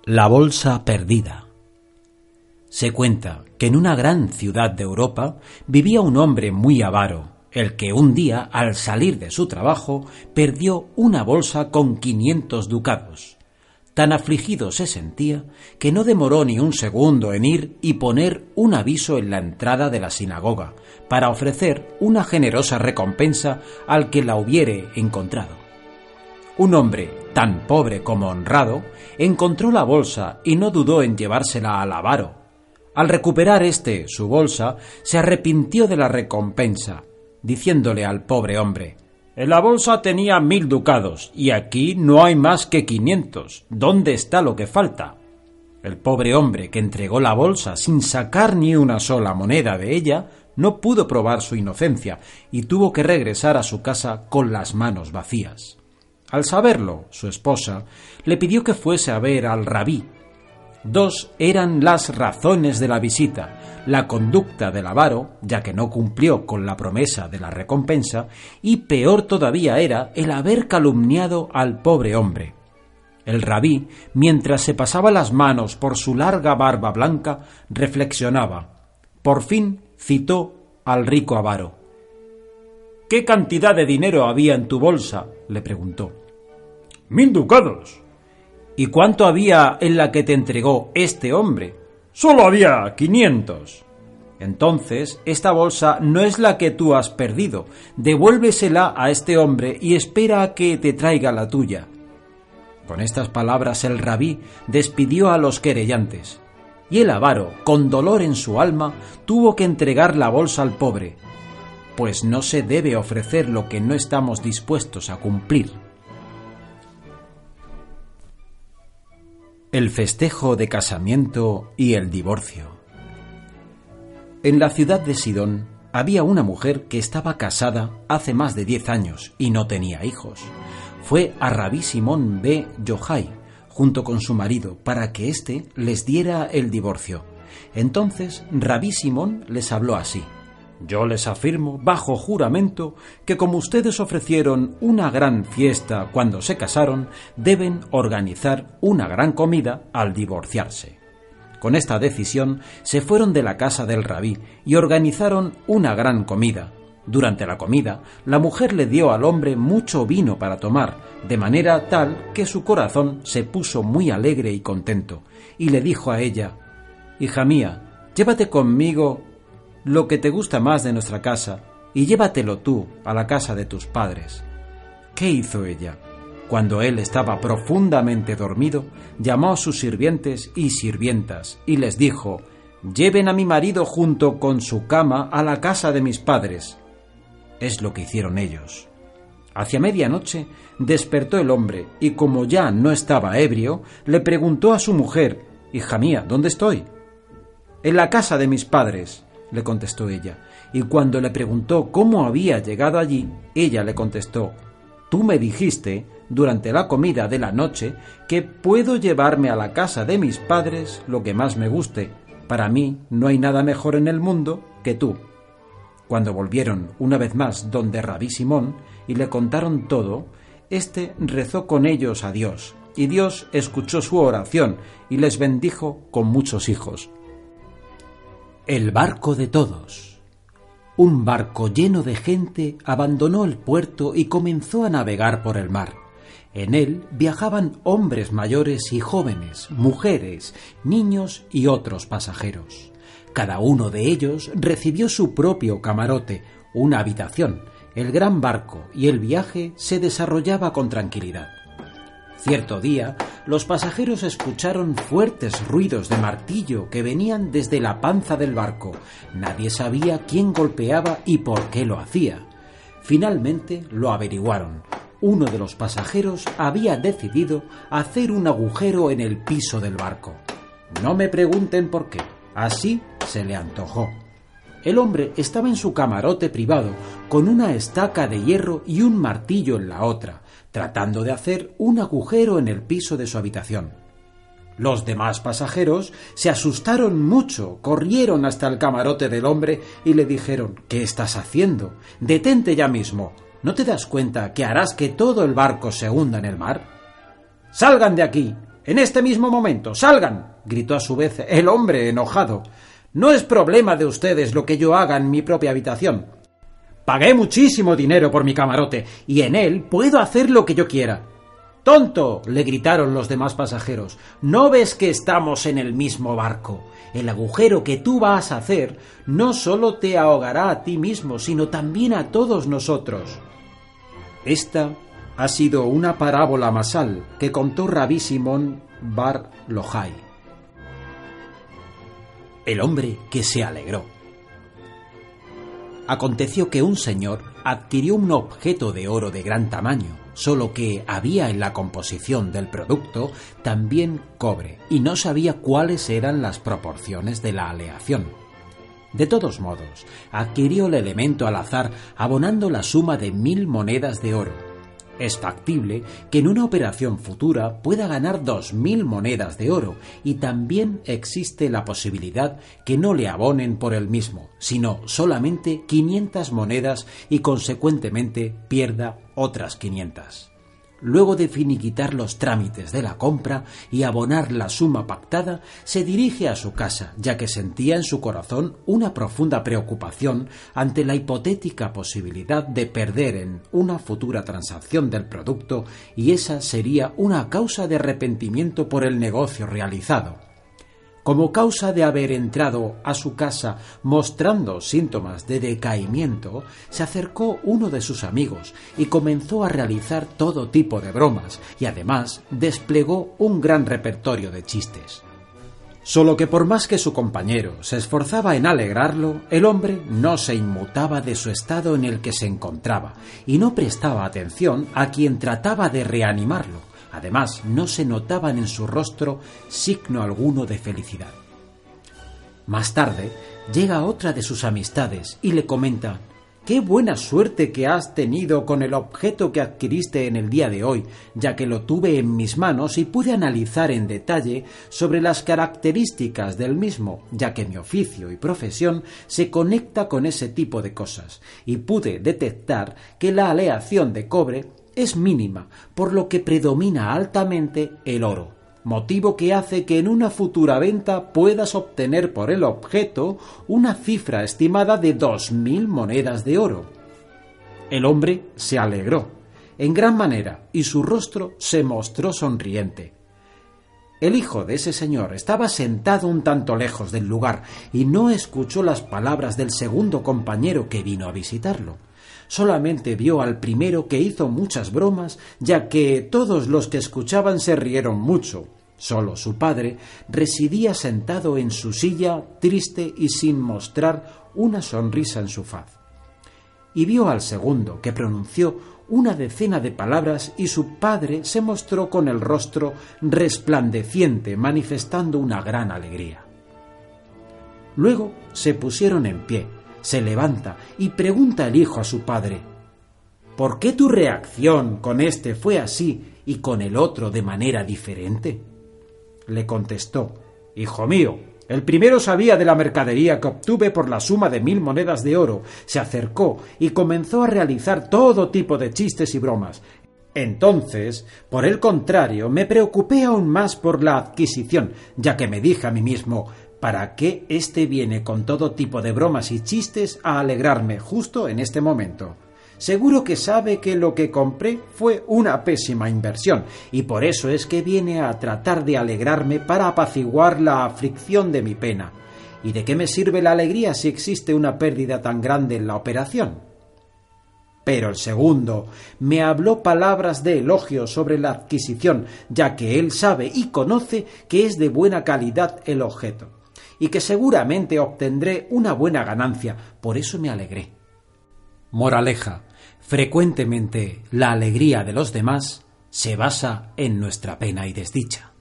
La bolsa perdida. Se cuenta que en una gran ciudad de Europa vivía un hombre muy avaro, el que un día, al salir de su trabajo, perdió una bolsa con 500 ducados. Tan afligido se sentía que no demoró ni un segundo en ir y poner un aviso en la entrada de la sinagoga para ofrecer una generosa recompensa al que la hubiere encontrado. Un hombre tan pobre como honrado encontró la bolsa y no dudó en llevársela al avaro. Al recuperar su bolsa, se arrepintió de la recompensa, diciéndole al pobre hombre: «En la bolsa tenía 1000 ducados y aquí no hay más que 500. ¿Dónde está lo que falta?». El pobre hombre, que entregó la bolsa sin sacar ni una sola moneda de ella, no pudo probar su inocencia y tuvo que regresar a su casa con las manos vacías. Al saberlo, su esposa le pidió que fuese a ver al rabí. Dos eran las razones de la visita: la conducta del avaro, ya que no cumplió con la promesa de la recompensa, y peor todavía era el haber calumniado al pobre hombre. El rabí, mientras se pasaba las manos por su larga barba blanca, reflexionaba. Por fin citó al rico avaro. «¿Qué cantidad de dinero había en tu bolsa?», le preguntó. «1000 ducados». «¿Y cuánto había en la que te entregó este hombre?». «Solo había 500». «Entonces, esta bolsa no es la que tú has perdido. Devuélvesela a este hombre y espera a que te traiga la tuya». Con estas palabras el rabí despidió a los querellantes, y el avaro, con dolor en su alma, tuvo que entregar la bolsa al pobre, pues no se debe ofrecer lo que no estamos dispuestos a cumplir. El festejo de casamiento y el divorcio. En la ciudad de Sidón había una mujer que estaba casada hace más de 10 años y no tenía hijos. Fue a Rabí Simón B. Yochai junto con su marido para que éste les diera el divorcio. Entonces Rabí Simón les habló así: «Yo les afirmo, bajo juramento, que como ustedes ofrecieron una gran fiesta cuando se casaron, deben organizar una gran comida al divorciarse». Con esta decisión se fueron de la casa del rabí y organizaron una gran comida. Durante la comida, la mujer le dio al hombre mucho vino para tomar, de manera tal que su corazón se puso muy alegre y contento, y le dijo a ella: «Hija mía, llévate conmigo lo que te gusta más de nuestra casa y llévatelo tú a la casa de tus padres». ¿Qué hizo ella? Cuando él estaba profundamente dormido, llamó a sus sirvientes y sirvientas y les dijo: «Lleven a mi marido junto con su cama a la casa de mis padres». Es lo que hicieron ellos. Hacia medianoche despertó el hombre y, como ya no estaba ebrio, le preguntó a su mujer: «Hija mía, ¿dónde estoy?». «En la casa de mis padres», le contestó ella, y cuando le preguntó cómo había llegado allí, ella le contestó: «Tú me dijiste durante la comida de la noche que puedo llevarme a la casa de mis padres lo que más me guste. Para mí no hay nada mejor en el mundo que tú». Cuando volvieron una vez más donde Rabí Simón y le contaron todo, éste rezó con ellos a Dios, y Dios escuchó su oración y les bendijo con muchos hijos. El barco de todos. Un barco lleno de gente abandonó el puerto y comenzó a navegar por el mar. En él viajaban hombres mayores y jóvenes, mujeres, niños y otros pasajeros. Cada uno de ellos recibió su propio camarote, una habitación, el gran barco, y el viaje se desarrollaba con tranquilidad. Cierto día, los pasajeros escucharon fuertes ruidos de martillo que venían desde la panza del barco. Nadie sabía quién golpeaba y por qué lo hacía. Finalmente lo averiguaron. Uno de los pasajeros había decidido hacer un agujero en el piso del barco. No me pregunten por qué, así se le antojó. El hombre estaba en su camarote privado, con una estaca de hierro y un martillo en la otra, tratando de hacer un agujero en el piso de su habitación. Los demás pasajeros se asustaron mucho, corrieron hasta el camarote del hombre y le dijeron: «¿Qué estás haciendo? Detente ya mismo. ¿No te das cuenta que harás que todo el barco se hunda en el mar?». «¡Salgan de aquí!», En este mismo momento, salgan, gritó a su vez el hombre enojado. No es problema de ustedes lo que yo haga en mi propia habitación. Pagué muchísimo dinero por mi camarote y en él puedo hacer lo que yo quiera. ¡Tonto!, le gritaron los demás pasajeros. ¿No ves que estamos en el mismo barco? El agujero que tú vas a hacer no solo te ahogará a ti mismo, sino también a todos nosotros. Esta ha sido una parábola masal que contó Rabí Simón bar Lohai. El hombre que se alegró. Aconteció que un señor adquirió un objeto de oro de gran tamaño, solo que había en la composición del producto también cobre, y no sabía cuáles eran las proporciones de la aleación. De todos modos, adquirió el elemento al azar abonando la suma de 1000 monedas de oro. Es factible que en una operación futura pueda ganar 2000 monedas de oro, y también existe la posibilidad que no le abonen por el mismo, sino solamente 500 monedas y consecuentemente pierda otras 500. Luego de finiquitar los trámites de la compra y abonar la suma pactada, se dirige a su casa, ya que sentía en su corazón una profunda preocupación ante la hipotética posibilidad de perder en una futura transacción del producto, y esa sería una causa de arrepentimiento por el negocio realizado. Como causa de haber entrado a su casa mostrando síntomas de decaimiento, se acercó uno de sus amigos y comenzó a realizar todo tipo de bromas, y además desplegó un gran repertorio de chistes. Solo que por más que su compañero se esforzaba en alegrarlo, el hombre no se inmutaba de su estado en el que se encontraba y no prestaba atención a quien trataba de reanimarlo. Además, no se notaban en su rostro signo alguno de felicidad. Más tarde, llega otra de sus amistades y le comenta: «¡Qué buena suerte que has tenido con el objeto que adquiriste en el día de hoy, ya que lo tuve en mis manos y pude analizar en detalle sobre las características del mismo, ya que mi oficio y profesión se conecta con ese tipo de cosas, y pude detectar que la aleación de cobre es mínima, por lo que predomina altamente el oro, motivo que hace que en una futura venta puedas obtener por el objeto una cifra estimada de 2000 monedas de oro». El hombre se alegró en gran manera y su rostro se mostró sonriente. El hijo de ese señor estaba sentado un tanto lejos del lugar y no escuchó las palabras del segundo compañero que vino a visitarlo. Solamente vio al primero, que hizo muchas bromas, ya que todos los que escuchaban se rieron mucho. Solo su padre residía sentado en su silla, triste y sin mostrar una sonrisa en su faz. Y vio al segundo, que pronunció una decena de palabras, y su padre se mostró con el rostro resplandeciente, manifestando una gran alegría. Luego se pusieron en pie. Se levanta y pregunta el hijo a su padre: «¿Por qué tu reacción con este fue así y con el otro de manera diferente?». Le contestó: «Hijo mío, el primero sabía de la mercadería que obtuve por la suma de 1000 monedas de oro, se acercó y comenzó a realizar todo tipo de chistes y bromas. Entonces, por el contrario, me preocupé aún más por la adquisición, ya que me dije a mí mismo: ¿para qué éste viene con todo tipo de bromas y chistes a alegrarme justo en este momento? Seguro que sabe que lo que compré fue una pésima inversión, y por eso es que viene a tratar de alegrarme para apaciguar la aflicción de mi pena. ¿Y de qué me sirve la alegría si existe una pérdida tan grande en la operación?». Pero el segundo me habló palabras de elogio sobre la adquisición, ya que él sabe y conoce que es de buena calidad el objeto, y que seguramente obtendré una buena ganancia, por eso me alegré. Moraleja: frecuentemente la alegría de los demás se basa en nuestra pena y desdicha.